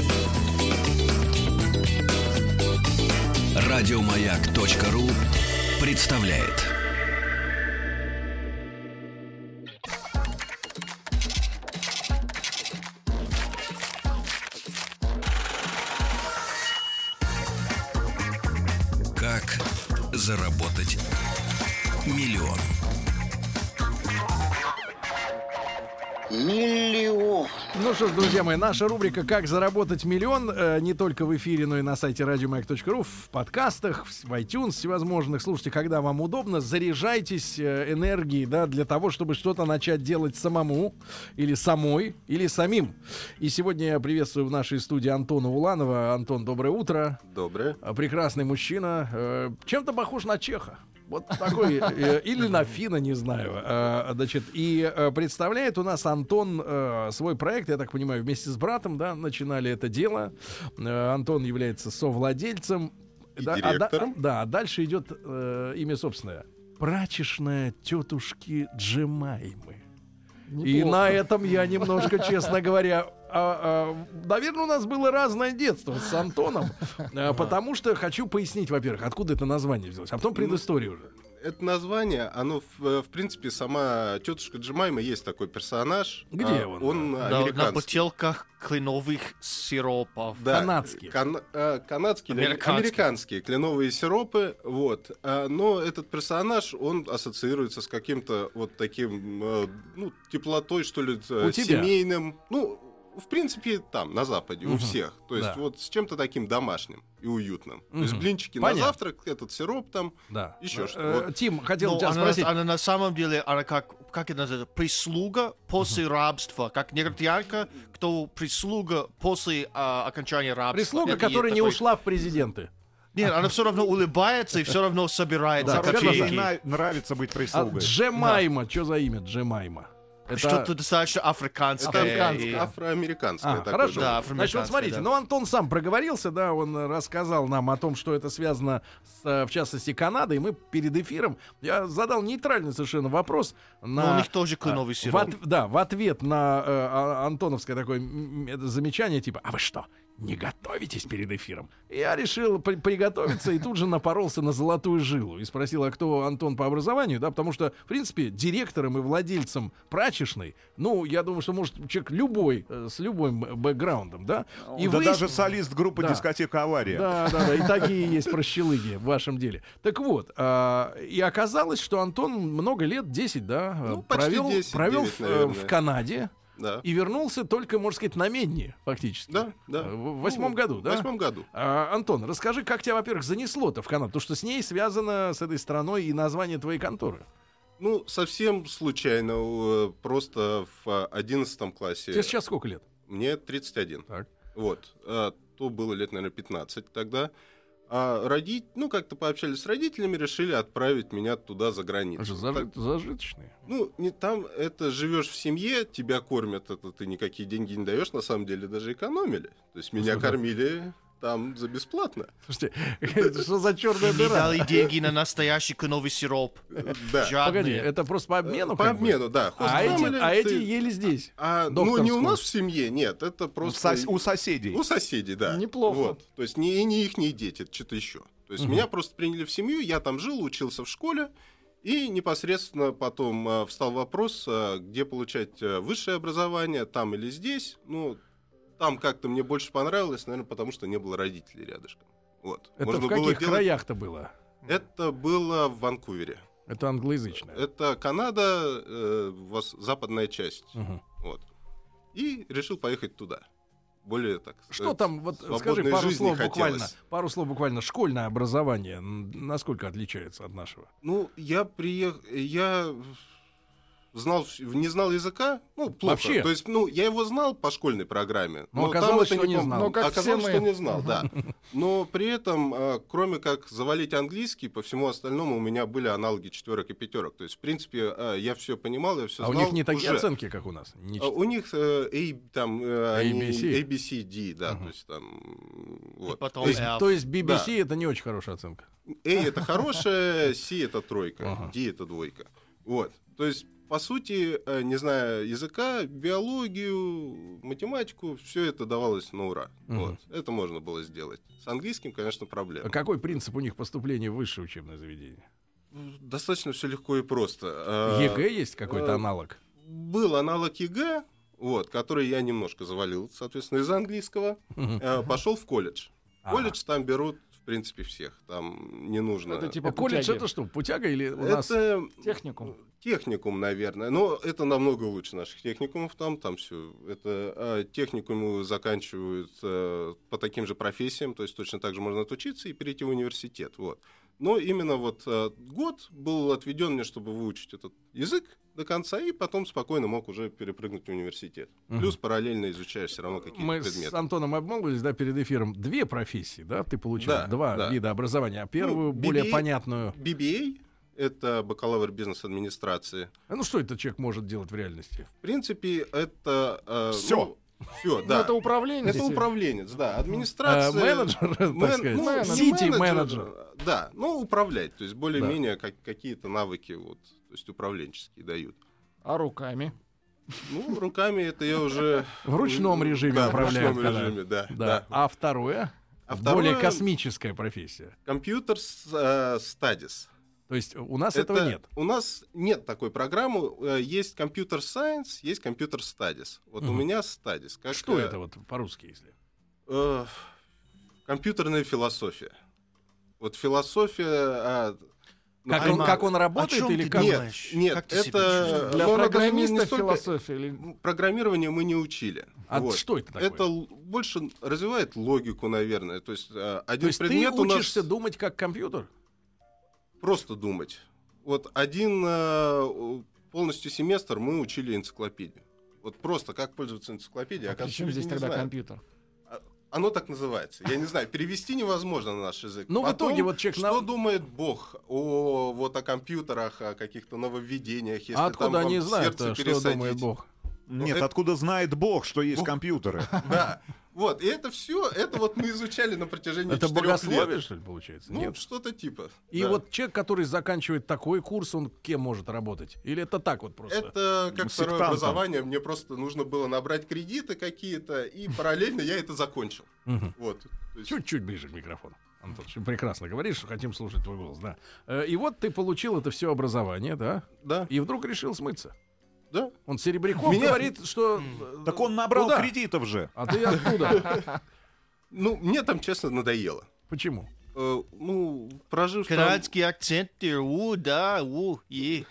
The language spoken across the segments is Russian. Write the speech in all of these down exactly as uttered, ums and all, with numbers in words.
Радиомаяк.ру представляет. Как заработать миллион. Миллион. Ну что ж, друзья мои, наша рубрика «Как заработать миллион» э, не только в эфире, но и на сайте радиомаяк.ру, в подкастах, в iTunes всевозможных. Слушайте, когда вам удобно, заряжайтесь э, энергией, да, для того, чтобы что-то начать делать самому, или самой, или самим. И сегодня я приветствую в нашей студии Антона Уланова. Антон, доброе утро. Доброе. Прекрасный мужчина. Э, чем-то похож на чеха. Вот такой, э, или на финна, не знаю. Э, значит, и э, представляет у нас Антон э, свой проект, я так понимаю, вместе с братом, да, начинали это дело. Э, Антон является совладельцем. И да, директором. А, да, а дальше идет э, имя собственное. Прачечная тетушки Джемаймы. Неплохо. И на этом я немножко, честно говоря, а, а, наверное, у нас было разное детство с Антоном, а, потому что хочу пояснить, во-первых, откуда это название взялось, а потом предысторию уже. Это название, оно, в, в принципе, сама тетушка Джемайма, есть такой персонаж. Где а, он? Он Да, на американский. бутылках кленовых сиропов. Да, Канадские. кан- а, канадские, или Американские. американские кленовые сиропы. Вот. А, но этот персонаж, он ассоциируется с каким-то вот таким, а, ну, теплотой, что ли, У тебя? семейным. Ну, в принципе, там, на Западе, Мгм. у всех. То есть Да. вот с чем-то таким домашним и уютным. То есть Мгм. блинчики Понятно. на завтрак, этот сироп там. Да. Еще Э, что. Вот. Тим, хотел Ну, у тебя она, спросить. она на самом деле, она как, как это называется, прислуга после рабства, как негритянка, кто прислуга после а, окончания рабства. Прислуга, Это которая есть не такой- ушла в президенты. Нет, она все равно улыбается и все равно собирает Да, за совершенно копейки. верно. На- нравится быть А прислугой. Джемайма, что за имя Джемайма? Это... Что-то достаточно Это африканское. африканск- и- афроамериканское. А, такое хорошо. было. Да, Значит, вот афроамериканское, смотрите, да. ну Антон сам проговорился, да, он э, рассказал нам о том, что это связано с, э, в частности, Канадой. И мы перед эфиром, я задал нейтральный совершенно вопрос. На, Но у них тоже кленовый а, сироп. в от- да, в ответ на э, а- антоновское такое м, м, это замечание, типа, а вы что, не готовитесь перед эфиром? Я решил при- приготовиться и тут же напоролся на золотую жилу и спросил, а кто Антон по образованию, да, потому что, в принципе, директором и владельцем прачечной, ну, я думаю, что может человек любой, э, с любым бэкграундом, да, и Да вы- даже солист группы Да. «Дискотека Авария». да, да, да, и такие есть прощелыги в вашем деле. Так вот, а, и оказалось, что Антон много лет, десять, да, Ну, почти провел, десять, провел девять, в, э, наверное. в Канаде Да. и вернулся только, можно сказать, на медне, фактически. Да, да. Э, В восьмом Ну, году, В да? восьмом году. А, Антон, расскажи, как тебя, во-первых, занесло-то в Канаду? Потому что с ней связано, с этой страной, и название твоей конторы. Ну, совсем случайно, э, просто в одиннадцатом классе. Тебе сейчас сколько лет? Мне тридцать один. Так. Вот. А, то было лет, наверное, пятнадцать тогда. А родить, ну, как-то пообщались с родителями, решили отправить меня туда за границу. Это зажи- Так, зажиточные. ну, не там, это живешь в семье, тебя кормят, это ты никакие деньги не даешь, на самом деле даже экономили. То есть меня Слушай, кормили там за бесплатно. Слушайте, это что за черная Не дыра? дали деньги на настоящий кленовый сироп. Да. Жадные. Погоди, это просто по обмену? По как бы? обмену, да. А эти, Host family, а эти ты- ели здесь. А, ну, не у докторскую. нас в семье, нет, это У, просто... сос- у соседей. У соседей, да. Неплохо. Вот. То есть не, не их, дети, это что-то еще. То есть Мгм. меня просто приняли в семью, я там жил, учился в школе, и непосредственно потом а, встал вопрос, а, где получать а, высшее образование, там или здесь. Ну, там как-то мне больше понравилось, наверное, потому что не было родителей рядышком. Вот. Это Можно в было каких делать- краях-то было? Это было в Ванкувере. Это англоязычное. Это Канада, э, вос- западная часть. Мгм. Вот. И решил поехать туда. Более так. Что сказать, там, вот скажи свободной пару жизни слов хотелось. буквально, пару слов буквально. Школьное образование м, насколько отличается от нашего? Ну, я приехал, я знал, вс- не знал языка, ну, плохо. Вообще? То есть, ну, я его знал по школьной программе. Но там оказалось, это что не пом- знал. Но как оказалось, все что мы. не знал, да. Но при этом, а, кроме как завалить английский, по всему остальному у меня были аналоги четверок и пятерок. То есть, в принципе, а, я все понимал, я все А знал. у них не такие уже. оценки, как у нас. Не А У них э, A, там, э, A, они B, C. A, B, C, D, да, Мгм. то есть там, И вот. потом То есть F. То есть би би си Да. это не очень хорошая оценка. A это хорошая, C это тройка, Ага. D это двойка. Вот. То есть, по сути, э, не зная языка, биологию, математику, все это давалось на ура. Мгм. Вот. Это можно было сделать. С английским, конечно, А проблема. какой принцип у них поступления в высшее учебное заведение? Достаточно все легко и просто. Э, ЕГЭ есть какой-то э, аналог? Был аналог ЕГЭ, вот, который я немножко завалил, соответственно, из английского. Мгм. Э, Пошел в колледж. Ага. Колледж там берут, в принципе, всех. Там не нужно... Это типа А колледж путяги. это что, путяга или у нас... Это Техникум. техникум, наверное. Но это намного лучше наших техникумов там. Там все. Это а, техникумы заканчивают а, по таким же профессиям. То есть точно так же можно отучиться и перейти в университет. Вот. Но именно вот а, год был отведен мне, чтобы выучить этот язык до конца, и потом спокойно мог уже перепрыгнуть в университет. Мгм. Плюс параллельно изучаешь все равно какие-то Мы предметы. с Антоном обмолвились, да, перед эфиром. Две профессии, да, ты получил? Да, Два да. вида образования. А первую, Ну, более би би эй понятную... би би эй — это бакалавр бизнес-администрации. А ну что этот человек может делать в реальности? В принципе, это... э, Всё. ну, всё, Ну, да. это управление. Это управленец, да. Администрация... А, менеджер, так Мен- сказать. ну, Менеджер. Сити-менеджер. Да, ну, управлять. То есть более-менее как- какие-то навыки вот, то есть управленческие дают. А руками? Ну, руками это я уже... В ручном режиме Да, в управляет. ручном когда- режиме, да. Да. да. А второе? А Более второе- космическая профессия. Компьютер стадис. То есть у нас этого нет. У нас нет такой программы. Э, Есть компьютер сайенс, есть компьютер стадис. Вот у Мгм. меня стадис. Как, Что э, это вот по-русски, если? э, компьютерная философия. Вот философия... а, ну, Как а- он, как он О работает чем или ты как? думаешь? Нет, Как ты себя это- чувствуешь? Для но она даже не- не программиста столько- философия или... Программирование мы не учили. А Вот. что это такое? Это л- больше развивает логику, наверное. То есть э, То один есть ты предмет у нас учишься думать как компьютер? просто думать. Вот один э, полностью семестр мы учили энциклопедию. Вот просто как пользоваться энциклопедией. А при оказывается, чем люди здесь не тогда знают. компьютер? Оно так называется. Я не знаю, перевести невозможно на наш язык. Ну, в Потом, итоге вот человек что на- думает Бог о вот о компьютерах, о каких-то нововведениях, если А откуда там вам они знают, сердце что пересадить? думает Бог? Нет, это- откуда знает Бог, что есть Бог. компьютеры? Да. Вот, и это все, это вот мы изучали на протяжении Это четырех богословие, лет. что ли, получается? Ну, Нет. что-то типа. И да. вот человек, который заканчивает такой курс, он кем может работать? Или это так вот просто? Это как второе Сектантом. образование, мне просто нужно было набрать кредиты какие-то, и параллельно я это закончил. Мгм. Вот. То есть- Чуть-чуть ближе к микрофону. Антон, ты прекрасно говоришь, хотим слушать твой голос, да. Э, И вот ты получил это все образование, да, Да, и вдруг решил смыться. да. Он Серебряков Меня- говорит, что... э, Так он набрал куда? кредитов же. А ты откуда? Ну, мне там, честно, надоело. Почему? Э, ну, прожив там... Канадский акцент, ты, у, да, у, и.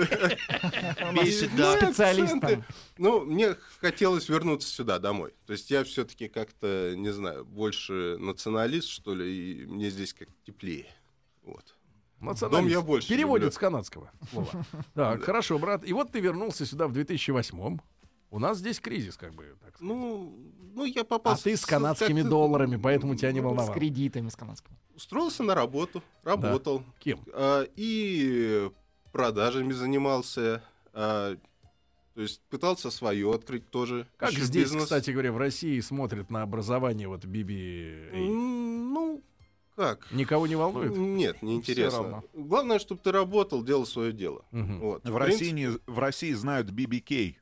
Бесит, Ну, да. Специалист акценты. там. Ну, мне хотелось вернуться сюда, домой. То есть я все-таки как-то, не знаю, больше националист, что ли, и мне здесь как теплее. Вот. Националист. Дом я больше Переводит люблю. с канадского слова. Так, хорошо, брат. И вот ты вернулся сюда в две тысячи восьмом. У нас здесь кризис, как бы, так сказать. Ну, ну, я попал... А ты с канадскими долларами, поэтому тебя не С волновало. кредитами, с канадскими. Устроился на работу, работал. Кем? А, и продажами занимался. а, то есть пытался свое открыть тоже. Как еще здесь, бизнес. кстати говоря, в России смотрят на образование вот би би эй? М, Ну, как? Никого не волнует? Нет, не интересно. равно. Главное, чтобы ты работал, делал свое дело. Мгм. Вот. В России, не- в России знают би би кей.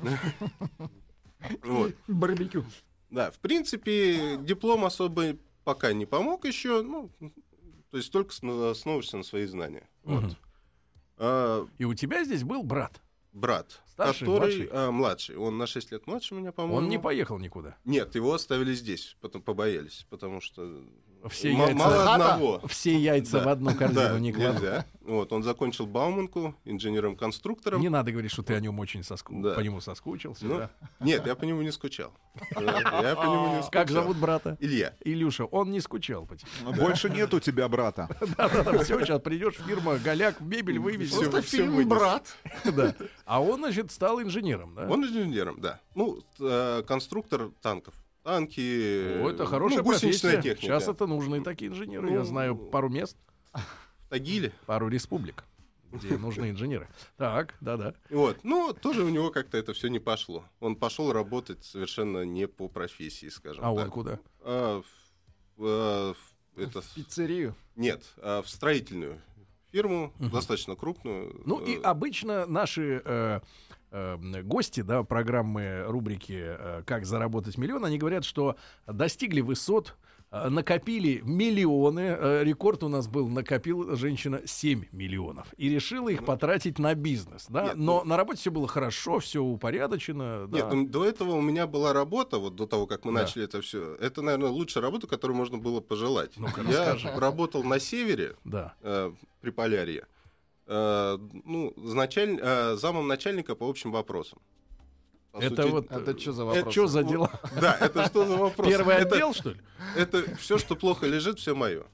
Вот. Барбекю. Да, в принципе, диплом особо пока не помог еще. Ну, то есть только сно- основываешься на свои знания. Вот. Мгм. А, И у тебя здесь был брат. брат, Старший, который младший? а, младший. Он на шесть лет младше меня, по-моему. Он не поехал никуда. Нет, его оставили здесь, потом побоялись, потому что Все м- яйца, мало одного. все яйца Да. в одну корзину Да, не кладут. нельзя. Вот, он закончил Бауманку инженером-конструктором. Не надо говорить, что ты о нем очень соску... Да. по нему соскучился. Ну, да. Нет, я по нему не скучал. Да, Я по нему не скучал. Как зовут брата? Илья. Илюша, он не скучал по тебе. Больше нет у тебя брата. Да-да-да, все, сейчас придешь, фирма Голяк, мебель вывезет. Всё, Просто всё фильм вынес. «Брат». Да. А он, значит, стал инженером, да? Он инженером, да. Ну, э, конструктор танков. Танки. О, это хорошая ну, гусеничная профессия. техника. Сейчас это нужны такие инженеры. Я Ну, знаю пару мест, В Тагиле. пару республик, где нужны инженеры. Так, да-да. Вот. Ну, тоже у него как-то это все не пошло. Он пошел работать совершенно не по профессии, скажем А так. он куда? А, в- а, в- это, В пиццерию. нет, а, в строительную фирму, достаточно крупную. Ну и обычно наши э, э, гости, да, программы, рубрики э, «Как заработать миллион», они говорят, что достигли высот, э, накопили миллионы. Э, рекорд у нас был, накопил женщина семь миллионов. И решила их потратить на бизнес. Да? Нет, Но ну- на работе все было хорошо, все упорядочено. Нет, да. ну, до этого у меня была работа, вот до того, как мы Да. начали это все. Это, наверное, лучшая работа, которую можно было пожелать. Ну-ка, Я расскажи. работал на севере, Да. э, при Полярье, э, ну, началь- э, замом начальника по общим вопросам. По Это сути, вот... Это что за Это вопрос? что за дела? Да, это что за вопрос? Первый это, отдел, что ли? Это все, что плохо лежит, все мое.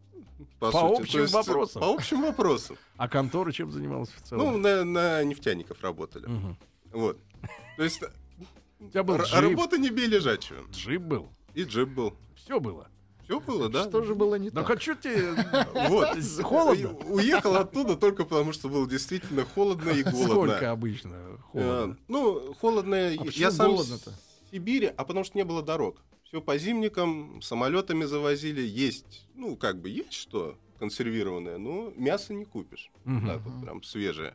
По сути. общим То есть, вопросам? По общим вопросам. А контора чем занималась в Ну, целом? на, на нефтяников работали. Мгм. Вот. То есть У тебя был р- джип, работа не бей лежачего. джип был, И джип был. все было. Все было, да? Что же было не Да так? хочу тебе... Вот. Холодно? У- Уехал оттуда только потому, что было действительно холодно и голодно. Сколько обычно Э, холодно? Ну, холодно. А Я почему сам голодно-то? с Сибири, а потому что не было дорог. Все по зимникам, самолетами завозили. Есть, ну, как бы есть что консервированное, но мясо не купишь. Мгм. Так вот, прям свежее.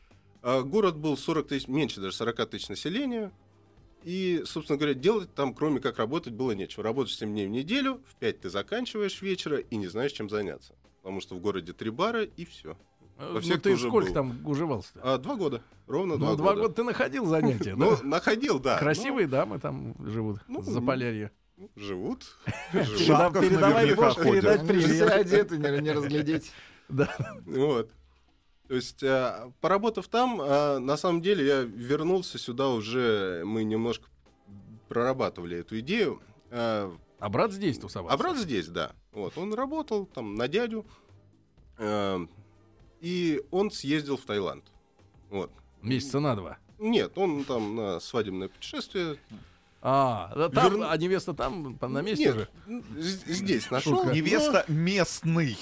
А город был сорок тысяч, меньше даже сорок тысяч населения. И, собственно говоря, делать там, кроме как работать, было нечего. Работаешь семь дней в неделю, в пять ты заканчиваешь вечера и не знаешь, чем заняться. Потому что в городе три бара и все. Э, во всех Ну ты тоже сколько был. там уживался-то? А, два года. Ровно Ну, два, два года. года ты находил занятия, Ну, да? находил, да. Красивые дамы там живут, Ну, за Полярье. Ну, живут. Переда- шапках Передавай, наверняка Гош, ходят. передать Они же все привет. одеты, не, не разглядеть. Да. Вот. То есть, э, поработав там, э, на самом деле я вернулся сюда уже, мы немножко прорабатывали эту идею. Э, А брат здесь тусовался? А брат здесь, да. Вот, он работал там на дядю, э, и он съездил в Таиланд. Вот. Месяца на два. Нет, он там на свадебное путешествие. А, да там, Верну- а невеста там, там на месте же? Нет, з- здесь нашел. Шутка. Невеста местный.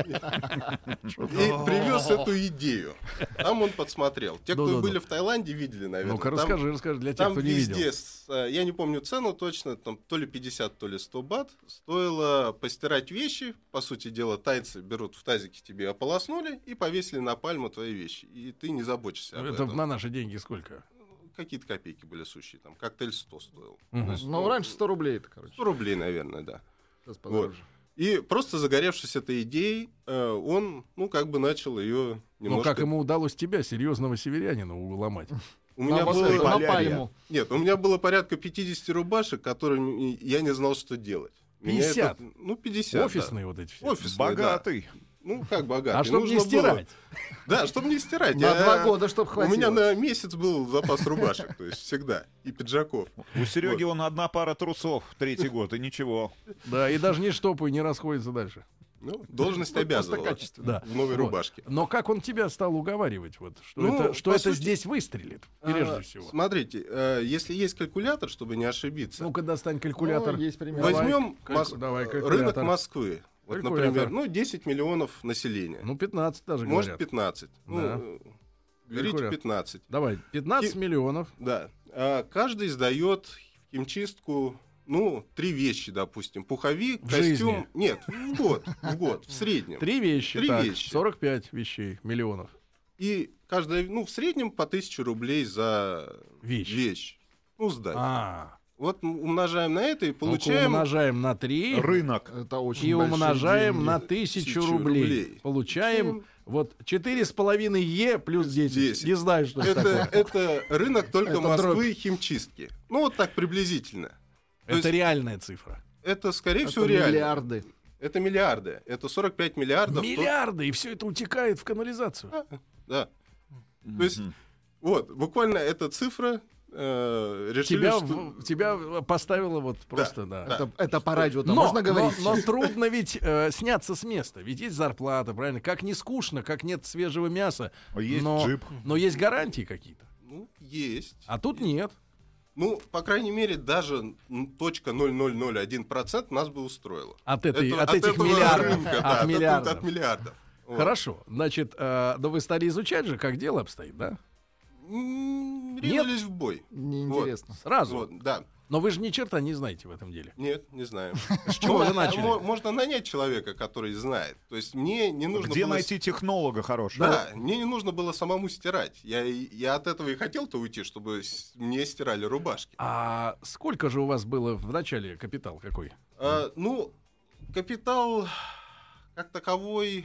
И привез эту идею. Там он подсмотрел. Те, кто Да-да-да. были в Таиланде, видели, наверное. Ну-ка, Там- расскажи, расскажи для тех, Там кто не везде, видел. с- э, я не помню цену точно, там то ли пятьдесят, то ли сто бат, стоило постирать вещи. По сути дела, тайцы берут в тазике, тебе ополоснули и повесили на пальму твои вещи. И ты не заботишься об Это этом. на наши деньги сколько? Какие-то копейки были сущие. Там коктейль сто стоил. Мгм. То есть, Ну, раньше сто рублей это, короче. сто рублей, наверное, да. Сейчас подороже. И просто загоревшись этой идеей, э, он, ну, как бы начал ее Ну, немножко... как ему удалось тебя, серьезного северянина, уломать? У меня На было... вот- на Полярье. пальму. Нет, у меня было порядка пятьдесят рубашек, которыми я не знал, что делать. Меня пятьдесят? это- ну, пятьдесят, Офисные вот эти все. да. Офисные, да. Богатый. Ну, как богатый. А чтобы не Нужно было- стирать? Да, чтобы не стирать. На Я- два года, чтоб У хватило. меня на месяц был запас рубашек, то есть всегда. И пиджаков. У Сереги он одна пара трусов третий год, и ничего. Да, и даже не штопай, не расходится дальше. Ну, должность Просто обязывала. качественно. Да. В новой Вот. рубашке. Но как он тебя стал уговаривать, вот, что Ну, это, что по это сути- здесь выстрелит, прежде А, всего? Смотрите, э, если есть калькулятор, чтобы не ошибиться, Ну-ка, достань калькулятор. Ну, есть пример. Давай, возьмем кальку- Мос- давай, рынок калькулятор. Москвы. Вот, Калькулятор. например, ну, десять миллионов населения. Ну, пятнадцать даже Может, говорят. пятнадцать. Ну, Да. э, берите Калькулятор. пятнадцать. Давай, пятнадцать И- миллионов. Да. А каждый сдает в химчистку, ну, три вещи, допустим. Пуховик, В костюм. жизни? Нет, в год. В год, в среднем. Три вещи, Три так, вещи. сорок пять вещей, миллионов. И каждая, ну, в среднем по тысяче рублей за Вещь. вещь. Ну, сдать. А, Вот м- умножаем на это и ну-ка получаем... умножаем на три Рынок. Это очень и большие умножаем деньги. на тысячу Тысячу рублей. рублей. Получаем Получаем- вот четыре с половиной Е плюс десять. десять. Не знаю, что это Это, такое. это рынок только Это Москвы и химчистки. Ну, вот так приблизительно. То Это есть реальная цифра. это, скорее Это всего, реально. миллиарды. Это миллиарды. Это сорок пять миллиардов. Миллиарды, и все это утекает в канализацию. То- Да. То есть, вот, буквально эта цифра э, решили, Тебя, что... в- тебя поставило вот просто, да. да. Это, это по радио там Но, можно говорить? но, но трудно ведь э, сняться с места. Ведь есть зарплата, правильно? Как не скучно, как нет свежего мяса. Есть но, джип. но есть гарантии какие-то. Ну, есть. А тут нет. Ну, по крайней мере, даже м, точка ноль ноль ноль один процент нас бы устроило. От, этой, Это- от, от этих этого миллиардов. рынка, да, от, от этого- миллиардов. от миллиардов. Вот. Хорошо. Значит, э, да вы стали изучать же, как дело обстоит, да? М, Ринулись в бой. Неинтересно. Сразу. Вот, да. Но вы же ни черта не знаете в этом деле. Нет, не знаю. С чего вы начали? Мо- Можно нанять человека, который знает. То есть мне не нужно Где было... найти технолога хорошего? Да, мне не нужно было самому стирать. Я, я от этого и хотел-то уйти, чтобы с- мне стирали рубашки. А сколько же у вас было в начале капитал какой? А, ну, капитал как таковой...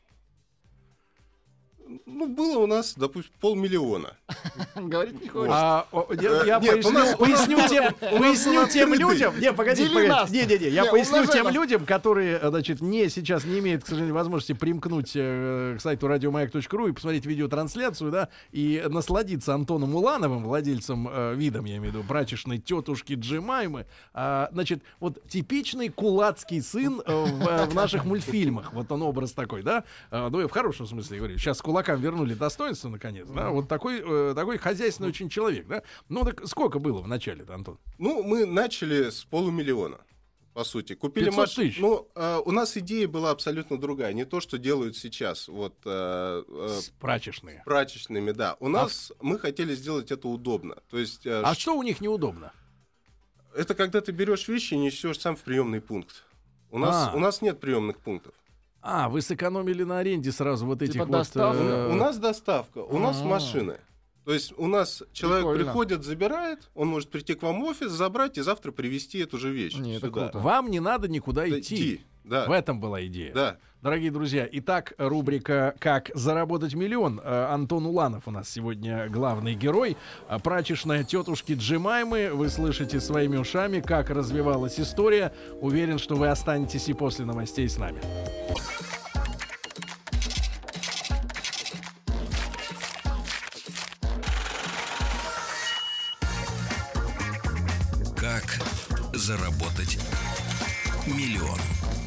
Ну, было у нас, допустим, полмиллиона. Говорить не хочешь. А, о, я я Нет, у поясню, нас- поясню у нас тем, был- у нас поясню был тем открытый. людям. Не, погоди, Дели погоди. нас. Не, не, не, я Не, поясню умножай тем нас. людям, которые, значит, не сейчас не имеют, к сожалению, возможности примкнуть э, к сайту радиомаяк точка ру и посмотреть видеотрансляцию, да, и насладиться Антоном Улановым, владельцем э, видом, я имею в виду, прачечной тетушки Джемаймы. А, значит, вот типичный кулацкий сын э, в, э, в наших мультфильмах. Вот он образ такой, да? А, ну, я в хорошем смысле говорю. Сейчас кулакам вернули достоинство, наконец, да? Вот такой, э, такой хозяйственный очень человек, да? Ну, так сколько было в начале-то, Антон? Ну, мы начали с полумиллиона, по сути. Купили пятьсот машину. тысяч. Ну, э, у нас идея была абсолютно другая. Не то, что делают сейчас. Вот э, э, С- Прачечные. прачечными, да. У нас мы хотели сделать это удобно. То есть э, А ш- что у них неудобно? это когда ты берешь вещи и несешь сам в приемный пункт. У нас, А. у нас нет приемных пунктов. А, вы сэкономили на аренде сразу вот этих Типа вот... доставка? э, У нас доставка, у нас А. машины. То есть у нас человек Прикольно. приходит, забирает, он может прийти к вам в офис, забрать и завтра привезти эту же вещь Не, это сюда. круто. Вам не надо никуда Да, идти. Да, В этом была идея. да. Дорогие друзья, итак, рубрика «Как заработать миллион». Э, Антон Уланов у нас сегодня главный герой. А Прачечная тетушки Джемаймы. Вы слышите своими ушами, как развивалась история. Уверен, что вы останетесь и после новостей с нами. Как заработать миллион?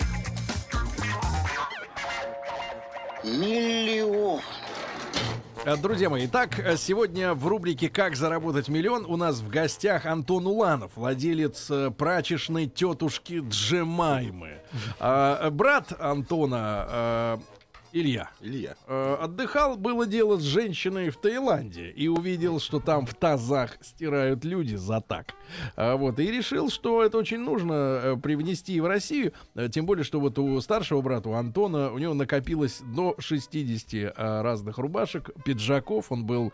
Э, Друзья мои, итак, э, сегодня в рубрике «Как заработать миллион» у нас в гостях Антон Уланов, владелец э, прачечной тетушки Джемаймы. А, э, брат Антона, э, Илья, Илья. э, отдыхал, было дело, с женщиной в Таиланде и увидел, что там в тазах стирают люди за так. А, вот, и решил, что это очень нужно э, привнести в Россию, э, тем более, что вот у старшего брата, у Антона, у него накопилось до шестидесяти э, разных рубашек, пиджаков, он был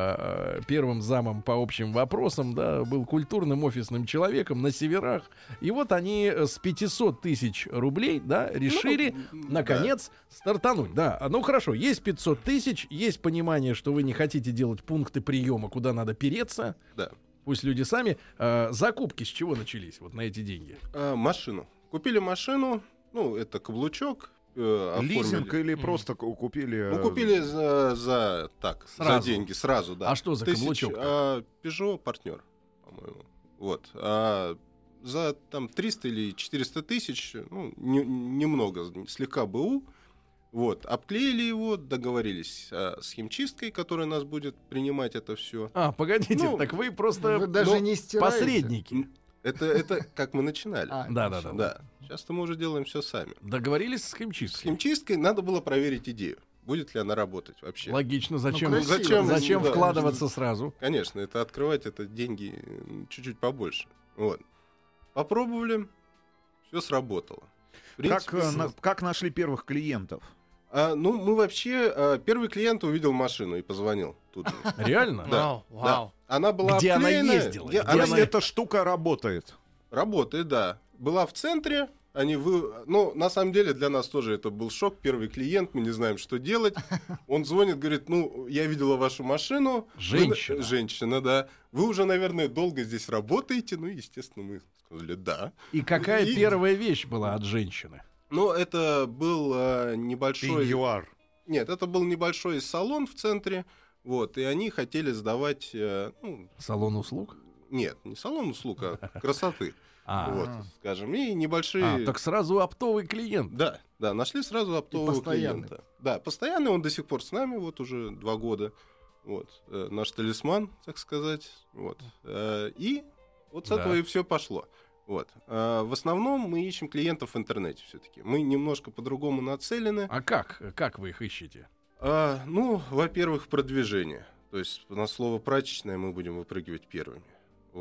э, э, первым замом по общим вопросам, да, был культурным офисным человеком на северах, и вот они э, с пятисот тысяч рублей, да, решили, Ну, наконец, стартануть. Да, ну хорошо, есть пятьсот тысяч, есть понимание, что вы не хотите делать пункты приема, куда надо переться. Да. Пусть люди сами. Э, закупки с чего начались вот на эти деньги? А, машину. Купили машину, ну, это каблучок. э, оформили. Лизинг или просто ку- купили? Ну, купили за, за так, Сразу. за деньги, сразу, да. А что за каблучок-то? а, Peugeot партнер, по-моему. Вот. А за там триста или четыреста тысяч, ну, не- немного, слегка БУ. Вот. Обклеили его, договорились а, с химчисткой, которая нас будет принимать это все. А, погодите, Ну, так вы просто Вы даже ну, не стираете. посредники. Это, это как мы начинали. А, Да, да, да. Да. Сейчас-то мы уже делаем все сами. Договорились с С химчисткой. химчисткой надо было проверить идею. Будет ли она работать вообще? Логично, зачем, красиво. зачем, зачем Да. вкладываться сразу? Конечно, это открывать, это деньги м, чуть-чуть побольше. Вот. Попробовали, все сработало. В Как, принципе, э, на- как нашли первых клиентов? а, ну, мы вообще... а, первый клиент увидел машину и позвонил тут же. Реально? Да, Вау, да. вау. Она была Где она обклеена, ездила? где- Где она Если она- эта штука работает. Работает, да. Была в центре, они вы... Ну, на самом деле, для нас тоже это был шок. Первый клиент, мы не знаем, что делать. Он звонит, говорит, ну, я видела вашу машину. Вы- Женщина. Женщина, да. Вы уже, наверное, долго здесь работаете. Ну, естественно, мы сказали, да. И какая И- первая вещь была от женщины? Ну, это был а, небольшой... ЮАР. Нет, это был небольшой салон в центре. Вот, и они хотели сдавать... э, ну, Салон услуг? нет, не салон услуг, а красоты. А, Вот, скажем. И небольшие... а, так сразу оптовый клиент. Да, да, нашли сразу оптового постоянный. клиента. Да, постоянный, он до сих пор с нами, вот уже два года. Вот, э, наш талисман, так сказать. Вот. Э, и вот с Да. этого и все пошло. Вот. Э, в основном мы ищем клиентов в интернете все-таки. Мы немножко по-другому нацелены. А как? Как вы их ищете? А, ну, во-первых, продвижение. То есть на слово прачечное мы будем выпрыгивать первыми. Вот.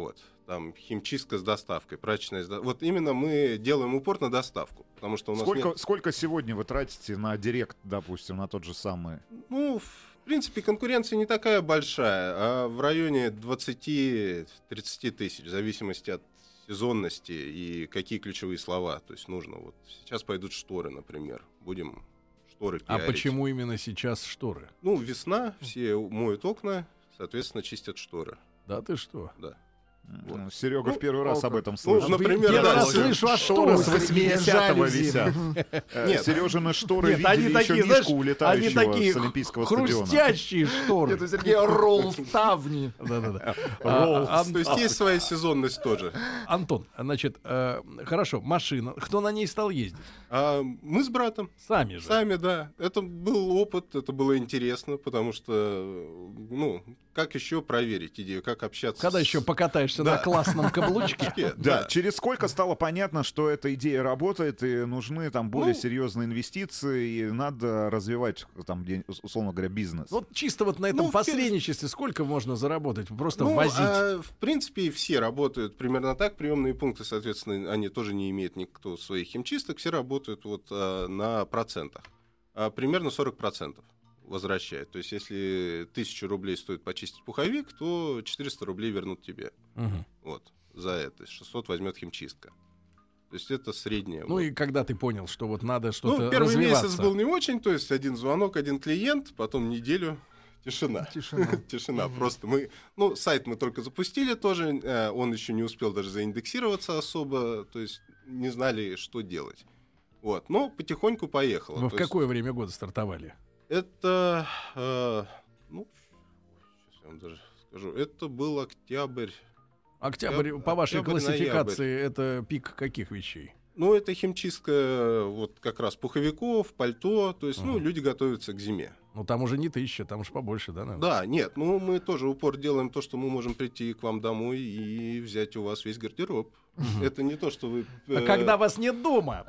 там химчистка с доставкой, прачечная с до- Вот именно мы делаем упор на доставку, потому что у нас Сколько, нет... сколько сегодня вы тратите на директ, допустим, на тот же самый? Ну, в принципе, конкуренция не такая большая, а в районе двадцать-тридцать тысяч, в зависимости от сезонности и какие ключевые слова. То есть нужно. Вот сейчас пойдут шторы, например. Будем шторы А пиарить. почему именно сейчас шторы? Ну, весна, все моют окна, соответственно, чистят шторы. Да ты что? Да. Вот. Серега Ну, в первый раз ну, об этом Ну, слышал. например, Первый да, раз всё. слышу о Шторы шторах. с восьмидесятого Жали висят. Нет. Сережины шторы Нет, они видели еще такие, знаешь, Мишку, они улетающего такие с Олимпийского стадиона. хрустящие шторы. Нет, у Сергея ролл в тавни. Да-да-да. Ролл. А, Ан- То есть есть своя сезонность тоже. Антон, значит, э, хорошо, машина. Кто на ней стал ездить? А мы с братом. Сами же. Сами, да. Это был опыт, это было интересно, потому что, ну, как еще проверить идею, как общаться Когда с- еще покатаешься Да. на классном каблучке? Да, через сколько стало понятно, что эта идея работает, и нужны там более Ну, серьезные инвестиции, и надо развивать, там, где, условно говоря, бизнес. Вот чисто вот на этом Ну, в посредничестве сколько можно заработать? Просто Ну, возить. а, в принципе, все работают примерно так. Приемные пункты, соответственно, они тоже не имеют никто своих химчисток. Все работают вот а, на процентах. А, примерно сорок процентов возвращает. То есть, если тысячу рублей стоит почистить пуховик, то четыреста рублей вернут тебе. Мгм. Вот, за это. шестьсот возьмет химчистка. То есть, это среднее. Ну вот. и когда ты понял, что вот надо что-то Ну, первый развиваться? месяц был не очень, то есть один звонок, один клиент, потом неделю тишина. Тишина. Тишина. Просто мы, ну, сайт мы только запустили тоже, э, он еще не успел даже заиндексироваться особо, то есть не знали, что делать. Вот, но потихоньку поехало. Вы в То есть какое время года стартовали? Это, э, ну, сейчас я вам даже скажу, это был октябрь. Октябрь, Октябрь, по вашей октябрь, классификации, это пик каких вещей? Ну, это химчистка вот как раз пуховиков, пальто, то есть, ну, Ага. люди готовятся к зиме. Ну там уже не тысяча, там уж побольше, да? наверное? Да, нет, ну мы тоже упор делаем то, что мы можем прийти к вам домой и взять у вас весь гардероб. Это не то, что вы... А э, когда вас нет дома?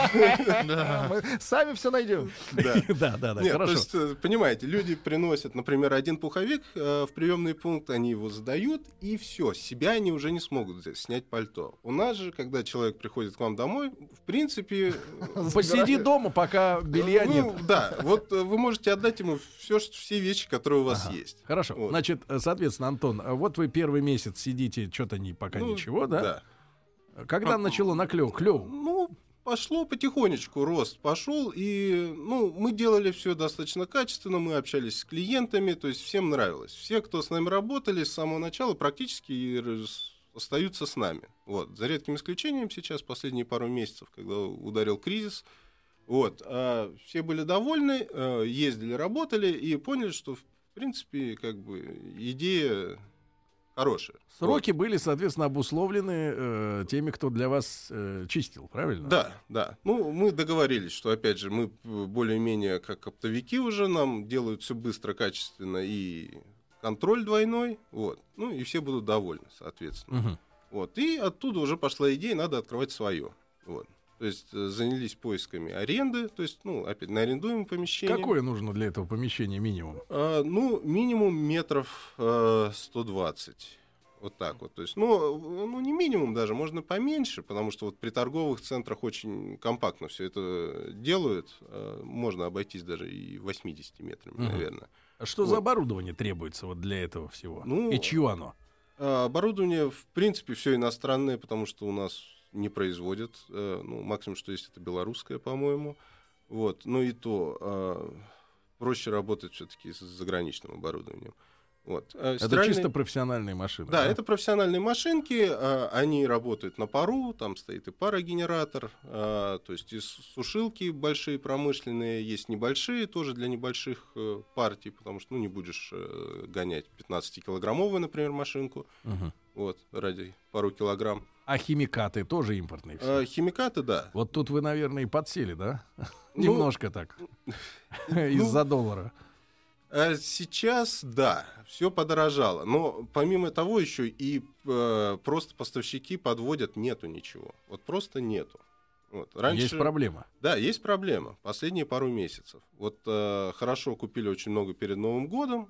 Мы сами все найдем. да. Да, да, да, Нет, хорошо. то есть, э, понимаете, люди приносят, например, один пуховик э, в приемный пункт, они его сдают, и все, с себя они уже не смогут взять, снять пальто. У нас же, когда человек приходит к вам домой, в принципе... э, Посиди дома, пока белья ну, нет. Да, вот э, вы можете отдать ему все, все вещи, которые у вас Ага. есть. Хорошо. Вот. Значит, э, соответственно, Антон, э, вот вы первый месяц сидите, что-то не, пока Ну, ничего, да? Да. Когда А, начало наклев, клев? Ну, пошло потихонечку, рост пошел, и, ну, мы делали все достаточно качественно, мы общались с клиентами, то есть всем нравилось. Все, кто с нами работали с самого начала, практически и раз- остаются с нами. Вот, за редким исключением сейчас, последние пару месяцев, когда ударил кризис, вот, а все были довольны, э, ездили, работали и поняли, что, в принципе, как бы, идея хорошая. Сроки были, соответственно, обусловлены э, теми, кто для вас э, чистил, правильно? Да, да. Ну, мы договорились, что, опять же, мы э, более-менее как оптовики уже, нам делают все быстро, качественно и контроль двойной, вот. Ну, и все будут довольны, соответственно. Мгм. Вот. И оттуда уже пошла идея, надо открывать свое. Вот. То есть э, занялись поисками аренды, то есть, ну, опять, на арендуемое помещение. Какое нужно для этого помещения минимум? А, ну, минимум метров э, сто двадцать. Вот так вот. То есть, ну, ну, не минимум даже, можно поменьше, потому что вот при торговых центрах очень компактно все это делают. Э, можно обойтись даже и восьмидесятью метрами, Мгм. наверное. А что за Вот. оборудование требуется вот для этого всего? Ну, И чье оно? А, оборудование, в принципе, все иностранное, потому что у нас не производят. Э, ну, максимум, что есть, это белорусское, по-моему. Вот. Ну и то э, проще работать все-таки с заграничным оборудованием. Вот. А Это стиральные- чисто профессиональные машины. Да, это профессиональные машинки, а, они работают на пару, там стоит и парогенератор, а, то есть и с- сушилки большие промышленные, есть небольшие, тоже для небольших э, партий, потому что, ну, не будешь э, гонять пятнадцатикилограммовую, например, машинку, Мгм. вот, ради пару килограмм. А химикаты тоже импортные все? А, химикаты, да. Вот тут вы, наверное, и подсели, да? Ну, Немножко так. Из-за доллара. А сейчас, да, все подорожало. Но помимо того еще и э, просто поставщики подводят, нету ничего. Вот просто нету. Вот. Раньше, Есть проблема. Да, есть проблема. Последние пару месяцев. Вот э, хорошо купили очень много перед Новым годом,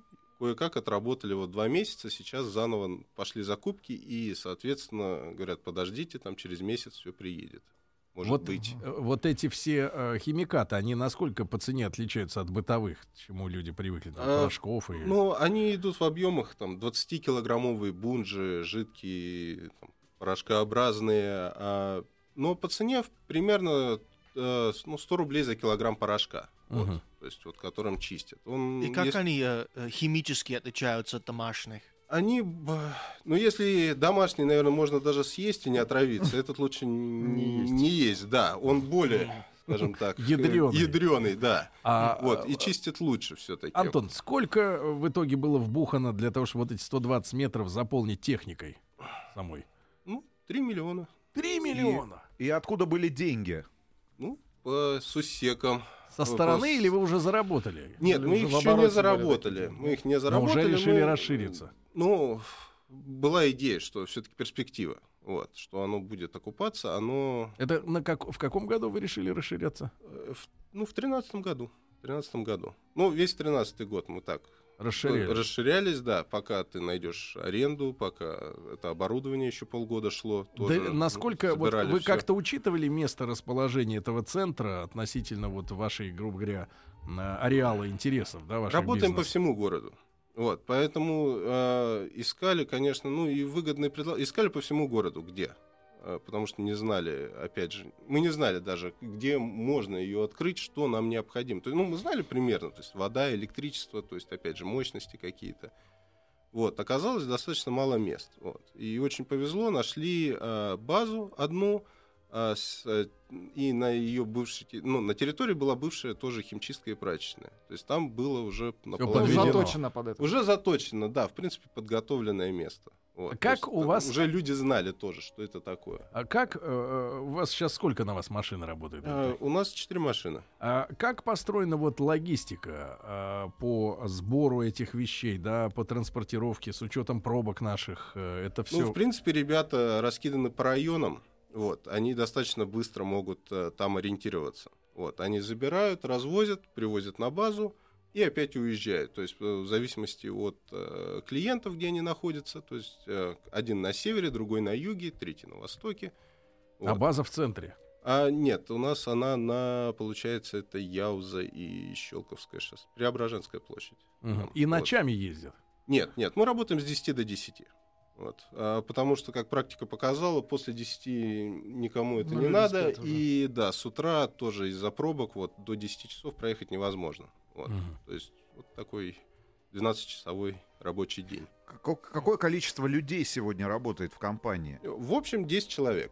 кое-как отработали вот два месяца, сейчас заново пошли закупки, и, соответственно, говорят, подождите, там через месяц все приедет. Может вот, быть. Вот эти все э, химикаты, они насколько по цене отличаются от бытовых, к чему люди привыкли, там, а, порошков и... Ну, они идут в объемах, там, двадцатикилограммовые бунжи, жидкие, там, порошкообразные, а, но по цене примерно э, ну, сто рублей за килограмм порошка, uh-huh. вот, то есть, вот, которым чистят. Он, И как если... они э, химически отличаются от домашних? Они, ну, если домашний, наверное, можно даже съесть и не отравиться, этот лучше не, не есть, да, он более, скажем так, ядреный, ядреный, да, а, вот, и чистит лучше все-таки. Антон, сколько в итоге было вбухано для того, чтобы вот эти сто двадцать метров заполнить техникой самой? Ну, три миллиона. Три миллиона? И, и откуда были деньги? Ну, по сусекам. Со стороны по... или вы уже заработали? Нет, или мы их еще не заработали. Мы их не заработали. Но уже решили мы... расшириться. Ну, была идея, что все-таки перспектива. Вот, что оно будет окупаться, оно... Это на как... в каком году вы решили расширяться? В... Ну, в тринадцатом году. В тринадцатом году. Ну, весь тринадцатый год мы так расширялись. Расширялись, да, пока ты найдешь аренду, пока это оборудование еще полгода шло. Тоже, да, насколько вот вы всё. как-то учитывали место расположения этого центра относительно вот вашей, грубо говоря, ареала интересов, да, вашего Работаем бизнеса? по всему городу. Вот, поэтому э, искали, конечно, ну и выгодные предложения. Искали по всему городу, где. Э, потому что не знали, опять же, мы не знали даже, где можно ее открыть, что нам необходимо. То есть, ну, мы знали примерно, то есть вода, электричество, то есть, опять же, мощности какие-то. Вот, оказалось достаточно мало мест. Вот. И очень повезло, нашли э, базу одну, э, с, э, и на ее бывшей, ну, на территории была бывшая тоже химчистка и прачечная. То есть там было уже наполовину... Заточено под это. Уже заточено, да, в принципе, подготовленное место. Вот. Как То есть, у вас- Уже люди знали тоже, что это такое. А как э, у вас сейчас сколько на вас машин работает? А, у нас четыре машины. А как построена вот логистика а, по сбору этих вещей, да, по транспортировке с учетом пробок наших? э, Это все. Ну, в принципе, ребята раскиданы по районам. Вот, они достаточно быстро могут э, там ориентироваться. Вот, они забирают, развозят, привозят на базу и опять уезжают. То есть э, в зависимости от э, клиентов, где они находятся. То есть э, один на севере, другой на юге, третий на востоке. А Вот. база в центре? А нет, у нас она на, получается, это Яуза и Щелковская шоссе, Преображенская площадь. Мгм. Там, И вот. ночами ездят? Нет, нет, мы работаем с десяти до десяти. Вот. А, потому что, как практика показала, после десяти никому это Ну, не люди надо. спят уже. И да, с утра тоже из-за пробок вот, до десяти часов проехать невозможно. Вот. Мгм. То есть вот такой двенадцатичасовой рабочий день. Како- Какое количество людей сегодня работает в компании? В общем, десять человек.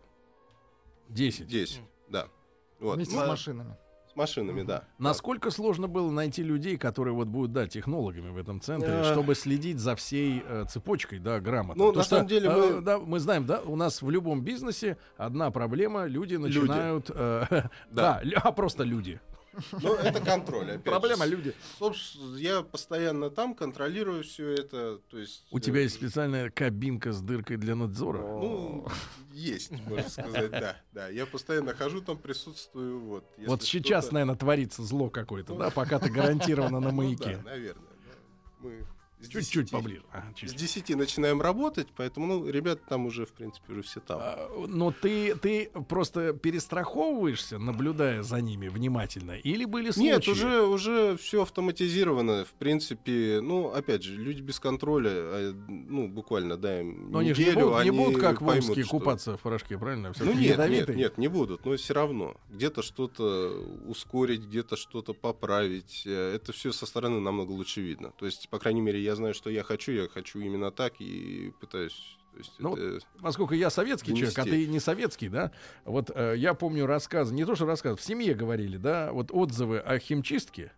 Десять. десять, да. Вот. Вместе Ну, с машинами. с машинами, да. Насколько сложно было найти людей, которые вот будут, да, технологами в этом центре, Э. чтобы следить за всей э, цепочкой, да, грамотно? Ну, Потому на что, самом деле, э, мы- да, мы знаем, да, у нас в любом бизнесе одна проблема, люди начинают... э, да, лю- а просто люди. Ну, это контроль, опять Проблема же. люди. Собственно, я постоянно там контролирую все это. То есть, У э, тебя есть специальная кабинка с дыркой для надзора? Ну, есть, можно сказать, да. Да, я постоянно хожу там, присутствую. Вот, если Вот сейчас, что-то- наверное, творится зло какое-то, да, пока ты гарантированно на Ну маяке. да, наверное. да. Мы с Чуть-чуть десяти поближе. Ага, С чуть-чуть. десяти начинаем работать, поэтому, ну, ребята там уже, в принципе, уже все там. А, Но ты, ты просто перестраховываешься, наблюдая за ними внимательно? Или были случаи? Нет, уже, уже все автоматизировано. В принципе, ну, опять же, люди без контроля, а, ну, буквально, да, им Но они же не неделю, будут, не они будут как в поймут, Омске, что- купаться в порошке, правильно? Ну Всё-таки нет, нет, ядовитый. нет, не будут, но все равно. Где-то что-то ускорить, где-то что-то поправить. Э, Это все со стороны намного лучше видно. То есть, по крайней мере, я знаю, что я хочу, я хочу именно так и пытаюсь... То есть, Ну, это- Поскольку я советский Донести. человек, а ты не советский, да, вот э, я помню рассказы, не то что рассказы, в семье говорили, да, вот отзывы о химчистке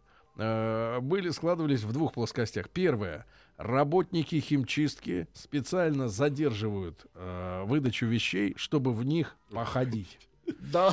э, были, складывались в двух плоскостях. Первое. Работники химчистки специально задерживают э, выдачу вещей, чтобы в них походить. Да.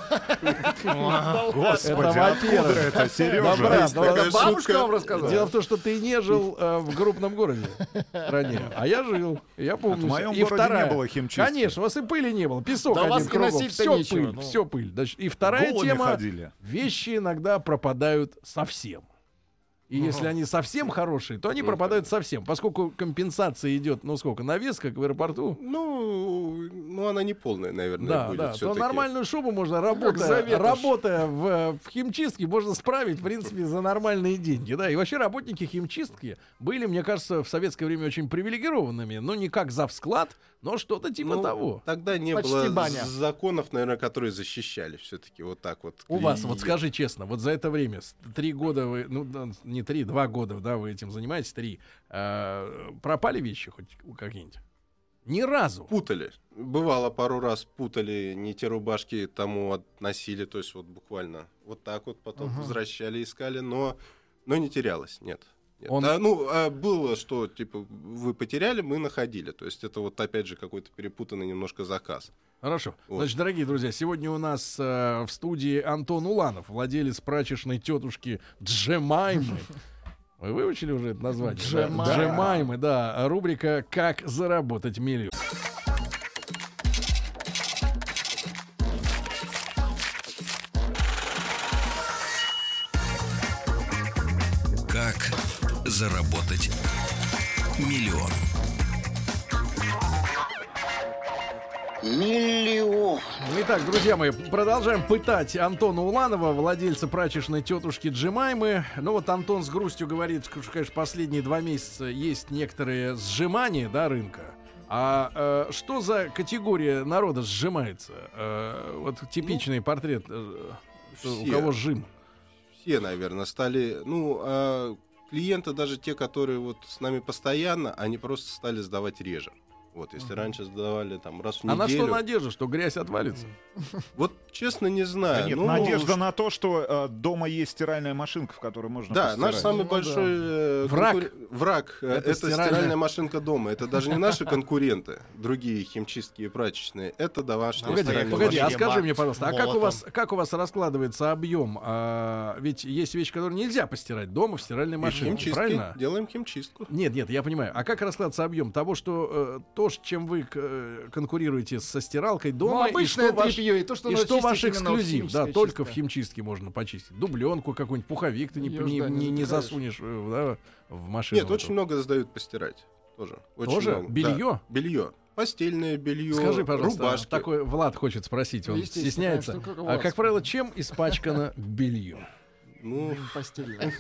Господи, Это откуда во-первых. это, Сережа? Добра, есть ну, такая Бабушка шутка. вам рассказала. Дело в том, что ты не жил э, в крупном городе ранее, а я жил. Я помню. В моем И городе вторая, не было химчистки. Конечно, у вас и пыли не было. Песок Да у один вас и кругом. носить-то Все нечего, пыль, ну. все пыль. Значит, и вторая Голыми тема. ходили. Вещи иногда пропадают совсем. И если они совсем хорошие, то они пропадают совсем. Поскольку компенсация идет, ну сколько, на вес, как в аэропорту. Ну, ну она не полная, наверное, Да, будет да, то всё-таки. нормальную шубу можно, работая, Заветошь. работая в, в химчистке, можно справить, в принципе, за нормальные деньги. Да, и вообще работники химчистки были, мне кажется, в советское время очень привилегированными. Ну, не как завсклад, но что-то типа Ну, того. Тогда не Почти было баня. законов, наверное, которые защищали все-таки вот так вот. У вас, вот клиент. скажи честно, вот за это время, с- три года вы, ну, да, не три, два года, да, вы этим занимаетесь, три, э, пропали вещи хоть у какие-нибудь? Ни разу. Путали. Бывало, пару раз путали, не те рубашки тому относили, то есть вот буквально вот так вот потом возвращали, искали, но, но не терялось, нет. Нет. Он- А, ну, а было, что, типа, вы потеряли, мы находили. То есть это вот, опять же, какой-то перепутанный немножко заказ. Хорошо. Вот. Значит, дорогие друзья, сегодня у нас э, в студии Антон Уланов, владелец прачечной тетушки Джемаймы. Вы выучили уже это название? да? Джемайма. Джемаймы, да. Рубрика «Как заработать миллион». Как заработать миллион. Итак, друзья мои, продолжаем пытать Антона Уланова, владельца прачечной тетушки Джемаймы. Ну вот Антон с грустью говорит, что, конечно, последние два месяца есть некоторые сжимания, да, рынка. А э, что за категория народа сжимается? Э, вот типичный портрет, э, что у все. кого сжим? Все, наверное, стали... Ну, а клиенты, даже те, которые вот с нами постоянно, они просто стали сдавать реже. Вот, если раньше сдавали там раз в А на неделю... что надежда, что грязь отвалится? Вот, честно, не знаю. Да нет, Ну, надежда на то, что э, дома есть стиральная машинка, в которой можно Да, постирать. наш самый Ну, большой э, Враг. конкур- враг э, Это это, стиральная- стиральная... машинка дома. Это даже не наши конкуренты, другие химчистки и прачечные. Это домашняя Погоди, стиральная погоди, а машинка. скажи Марк мне, пожалуйста, а как у молотом. вас, как у вас раскладывается объем? А, ведь есть вещи, которые нельзя постирать дома в стиральной И в машине, химчистке правильно? делаем химчистку. Нет, нет, я понимаю. А как раскладывается объем того, что э, то, с чем вы э, конкурируете со стиралкой дома, Ну, и обычное что ваш, тряпье, и то, что и надо что ваш чистить именно вот эксклюзив, да, химическая только в чистка. химчистке можно почистить. Дубленку какой-нибудь, пуховик ты не, Её ж, не, да, не не- не запихаешь. засунешь э, да, в машину. Нет, очень много сдают постирать. Тоже. Очень Тоже? много. Белье? Да, белье. Постельное белье, Скажи, пожалуйста, рубашки. такой Влад хочет спросить, он Естественно, стесняется. конечно, как у А, вас. как правило, чем испачкано белье? Ну, Постельная.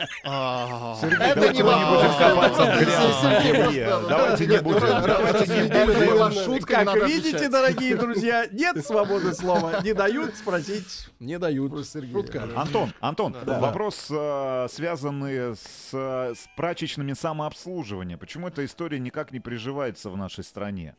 А, Это не Давайте мы не будем вопрос. копаться в Это грязном Сергей белье. просто, да. Давайте не будем. Давайте не Это будем. была шутка, Как надо видите, отвечать. дорогие друзья, нет свободы слова. Не дают спросить, не дают. Шутка. Антон, Антон, Да. вопрос, э, связанный с, э, с прачечными самообслуживания. Почему эта история никак не приживается в нашей стране?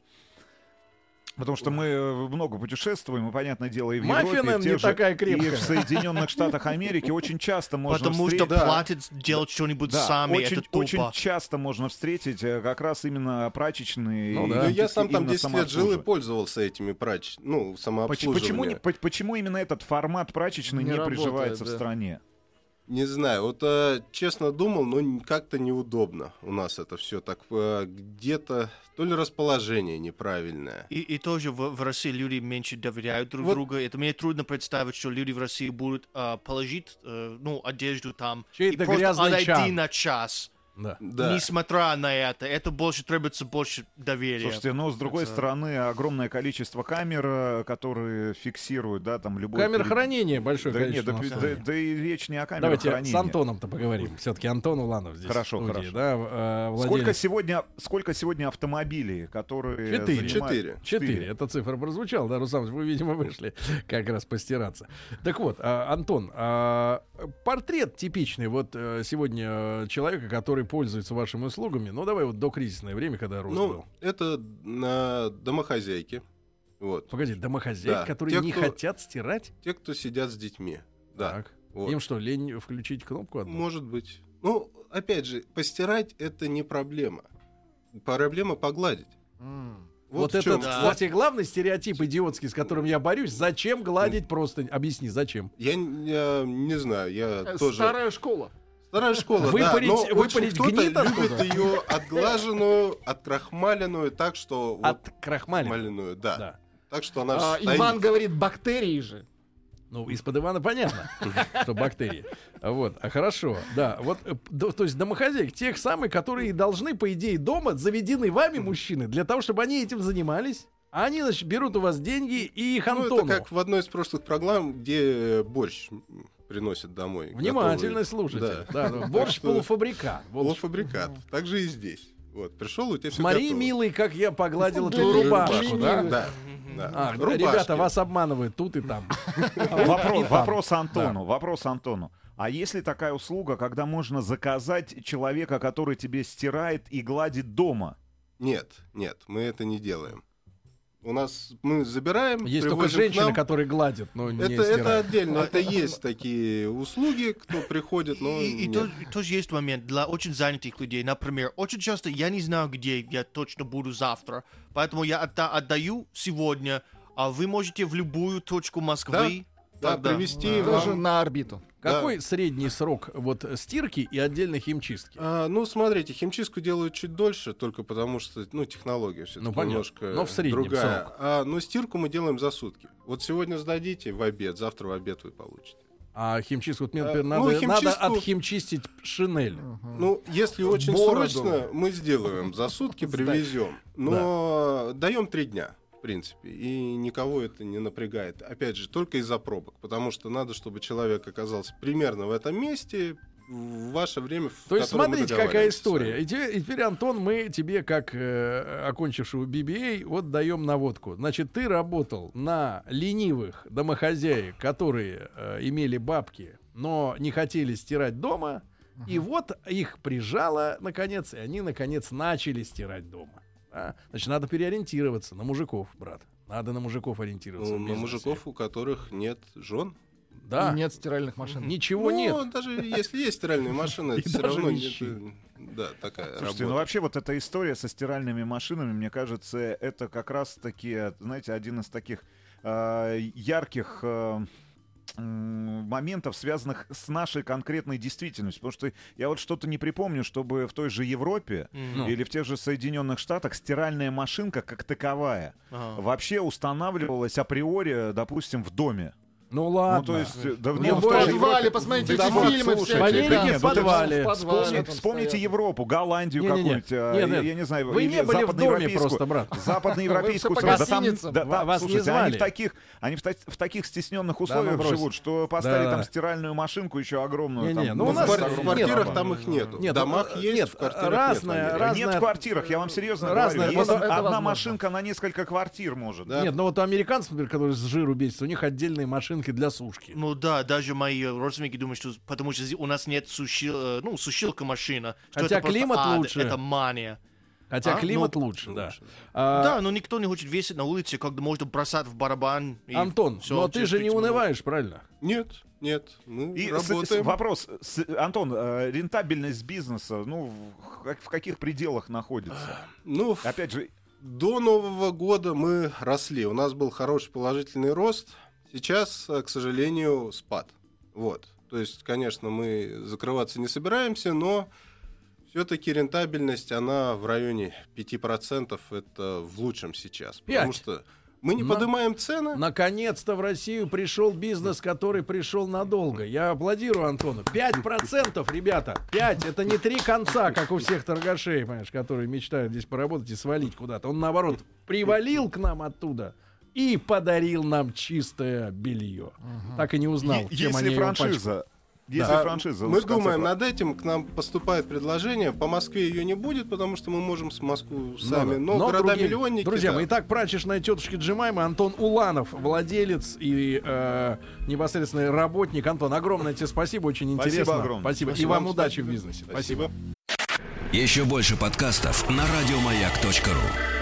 Потому что мы э, много путешествуем, и, понятное дело, и в Мафия, Европе, и в, наверное, тех не же- такая и крепкая. в Соединенных Штатах Америки очень часто можно потому что встретить... Да. платят делать что-нибудь Да, сами, очень, это тупо. очень часто можно встретить э, как раз именно прачечные. Ну и да. ну, я сам там именно десять лет жил и самообслуживание. пользовался этими прач... ну, Поч- самообслуживанием. Почему, не- по- почему именно этот формат прачечный Не не, работает, приживается в да. стране? Не знаю, вот э, честно думал, но н- как-то неудобно у нас это все так э, где-то то ли расположение неправильное. И, и тоже в, в России люди меньше доверяют друг Вот. другу. Это мне трудно представить, что люди в России будут а, положить э, ну, одежду там Чей-то и просто грязный отойти чан. на час. Да. Да. Несмотря на это, это больше требуется больше доверия. Слушайте, но с другой Это- стороны, огромное количество камер, э, которые фиксируют, да, там любой... Камер пере- хранения большое Да нет, количество. да, на да- самом деле. да и речь не о камерах Давайте хранения. с Антоном-то поговорим. Все-таки Антон Уланов здесь. Хорошо, в студии, хорошо. Да, э, владелец. Сколько сегодня, сколько сегодня автомобилей, которые... Четыре. занимают- Четыре. Четыре. Эта цифра прозвучала, да, Руслан, вы, видимо, вышли как раз постираться. Так вот, а, Антон, а, портрет типичный вот э, сегодня э, человека, который пользуется вашими услугами, ну давай вот до кризисное время, когда рост Ну, был. это на домохозяйки. Вот. Погоди, домохозяйки, Да. которые Те, не кто- хотят стирать? Те, кто сидят с детьми. Да. Так. Вот. Им что, лень включить кнопку одну? Может быть. Ну, опять же, постирать это не проблема. Проблема погладить. М. Вот, в это, чём. Да. кстати, главный стереотип идиотский, с которым я борюсь. Зачем гладить просто? Объясни, зачем? Я, я не знаю, я Э, тоже... Старая школа. Старая школа, Выпарить- да, но выпарить очень кто-то гнит оттуда? любит ее отглаженную, открахмаленную, так что... вот- От крахмалина. Маленную, да. Да. Так что она А, стоит. Иван говорит, бактерии же. Ну, из-под дивана понятно, что бактерии. Вот, а хорошо, да. Вот, э, д- то есть домохозяек, тех самых, которые должны, по идее, дома, заведены вами мужчины, для того, чтобы они этим занимались. А они, значит, берут у вас деньги и их Ну, Антону. это как в одной из прошлых программ, где борщ приносят домой. Внимательно готовый. слушайте. Да. Да, да. Так Борщ что полуфабрикат. Вот. Полуфабрикат. Так же и здесь. Вот, пришел, у тебя все Смотри, готово. милый, как я погладил Да, твою рубашку, ленивый. да? Да, да. А, Рубашки. ребята, вас обманывают тут и там. Вопрос, И там. вопрос Антону, вопрос Антону. А есть ли такая услуга, когда можно заказать человека, который тебе стирает и гладит дома? Нет, нет, мы это не делаем. У нас мы забираем, Есть только привозим к женщины, нам. которые гладят, но не Это, это стирают. отдельно, это есть такие услуги, кто приходит, но И, и нет. то- тоже есть момент для очень занятых людей. Например, очень часто я не знаю, где я точно буду завтра, поэтому я отда- отдаю сегодня, а вы можете в любую точку Москвы. Да, тогда. привезти Тоже вам. на орбиту. Какой средний срок вот стирки и отдельной химчистки? А, ну, смотрите, химчистку делают чуть дольше, только потому что, ну, технология все-таки Ну, понятно. немножко Но в среднем другая. срок. А, но стирку мы делаем за сутки. Вот сегодня сдадите в обед, завтра в обед вы получите. А химчистку, вот мне, А, например, ну, надо, химчистку- надо отхимчистить шинель. Ну, если очень Бороду. срочно, мы сделаем за сутки, привезем. Но даем три дня. В принципе, и никого это не напрягает. Опять же, только из-за пробок, потому что надо, чтобы человек оказался примерно в этом месте в ваше время, в То есть котором мы смотрите, какая договариваемся с история. вами. И теперь, и теперь, Антон, мы тебе, как э, окончившего би би эй, вот даем наводку. Значит, ты работал на ленивых домохозяек, которые э, имели бабки, но не хотели стирать дома. И вот их прижало, наконец, и они, наконец, начали стирать дома. Да? Значит, надо переориентироваться на мужиков, брат. Надо на мужиков ориентироваться. Ну, в на бизнесе. мужиков, у которых нет жен. Да. И нет стиральных машин. Ничего ну, нет. даже если есть стиральные машины, И это все даже равно вещи. нет, да, такая Слушайте, ну работа. вообще вот эта история со стиральными машинами, мне кажется, это как раз-таки, знаете, один из таких э, ярких э, м, моментов, связанных с нашей конкретной действительностью. Потому что я вот что-то не припомню, чтобы в той же Европе Мгм. или в тех же Соединенных Штатах стиральная машинка как таковая Ага. вообще устанавливалась априори, допустим, в доме. Ну ладно. Ну, то есть, да, Ну, нет, в в той же подвале, Европе- посмотрите Да эти вот, фильмы слушайте, всякие, в Америке да, в подвале. в подвале Вспомните, там вспомните стоят. Европу, Голландию Не-не-не. какую-нибудь, а, Нет, я, нет. я не знаю, Вы или не были в доме западноевропейскую. просто, брат. Западноевропейскую Вы все страну. по Да там- гостиницам. да, там, Вас не слушайте, звали. они в таких, они в, та- в таких стесненных ну условиях брось. живут, что поставили Да. там стиральную машинку еще огромную. Не-не, там, ну, у Ну, нас- в, квар- с в огромным квартирах барабаном. там их нету. Нет, в домах ну, есть, нет, в квартирах разное, нет. в Да разное. нет в квартирах, я вам серьезно Разное. говорю. Есть Это одна возможно. машинка на несколько квартир может. Да. Нет, ну вот у американцев, например, которые с жиру бесятся, у них отдельные машинки для сушки. Ну да, даже мои родственники думают, что потому что у нас нет сушил, э, ну, сушилка машина. Что Хотя это просто климат ад, лучше. Это мания. Хотя А? климат Ну, лучше, да. лучше, А, Да, но никто не хочет весить на улице, когда можно бросать в барабан. и Антон, всё, но ты через же не тридцать минут. унываешь, правильно? Нет, нет, мы И с- работаем. с- вопрос, с- Антон, э, рентабельность бизнеса, ну, в, как- в каких пределах находится? Ну, в- Опять же, до Нового года мы росли. У нас был хороший положительный рост. Сейчас, э, к сожалению, спад. Вот. То есть, конечно, мы закрываться не собираемся, но все-таки рентабельность, она в районе пяти процентов. Это в лучшем сейчас. Потому Пять. что мы не На- поднимаем цены. Наконец-то в Россию пришел бизнес, который пришел надолго. Я аплодирую Антону. пять процентов, ребята. пять. Это не три конца, как у всех торгашей, понимаешь, которые мечтают здесь поработать и свалить куда-то. Он, наоборот, привалил к нам оттуда и подарил нам чистое белье. Так и не узнал, е- чем если они его франшиза, если А, франшиза, мы вот в конце думаем концов- над этим, к нам поступает предложение. По Москве ее не будет, потому что мы можем с Москву сами. Ну Но, да. города-миллионники... Друзья да. мои, итак, прачечная тетушки Джемайма, Антон Уланов, владелец и э, непосредственный работник. Антон, огромное тебе спасибо, очень Спасибо интересно. огромное. Спасибо. И Спасибо вам вам, удачи спасибо. в бизнесе. Спасибо. Еще больше подкастов на радиомаяк точка ру.